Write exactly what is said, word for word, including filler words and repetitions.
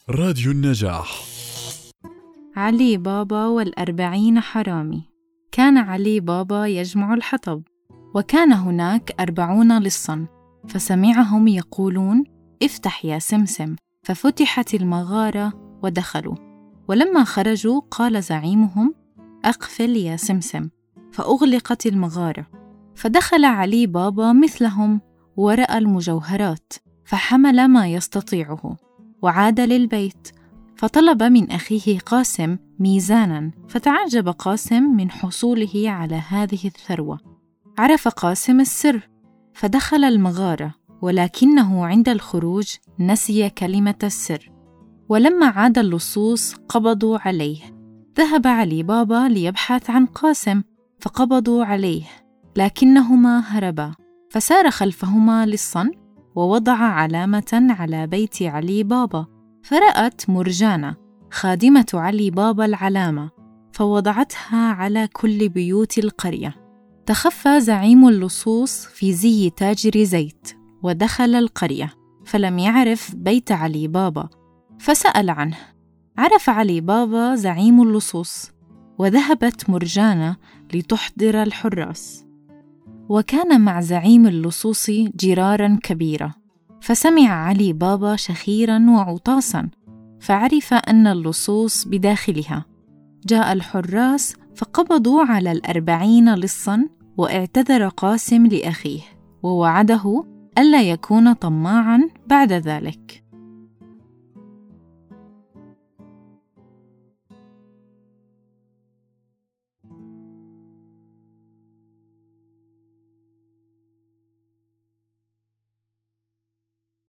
راديو النجاح. علي بابا والأربعين حرامي. كان علي بابا يجمع الحطب، وكان هناك أربعون لصاً، فسمعهم يقولون: افتح يا سمسم. ففتحت المغارة ودخلوا، ولما خرجوا قال زعيمهم: أقفل يا سمسم. فأغلقت المغارة، فدخل علي بابا مثلهم ورأى المجوهرات، فحمل ما يستطيعه وعاد للبيت، فطلب من أخيه قاسم ميزاناً، فتعجب قاسم من حصوله على هذه الثروة. عرف قاسم السر، فدخل المغارة، ولكنه عند الخروج نسي كلمة السر، ولما عاد اللصوص قبضوا عليه. ذهب علي بابا ليبحث عن قاسم، فقبضوا عليه، لكنهما هربا، فسار خلفهما لصاً ووضع علامة على بيت علي بابا، فرأت مرجانة خادمة علي بابا العلامة، فوضعتها على كل بيوت القرية. تخفى زعيم اللصوص في زي تاجر زيت ودخل القرية، فلم يعرف بيت علي بابا، فسأل عنه. عرف علي بابا زعيم اللصوص، وذهبت مرجانة لتحضر الحراس. وكان مع زعيم اللصوص جرارا كبيرة، فسمع علي بابا شخيرا وعطاسا، فعرف أن اللصوص بداخلها. جاء الحراس فقبضوا على الأربعين لصا، واعتذر قاسم لأخيه ووعده ألا يكون طماعا بعد ذلك.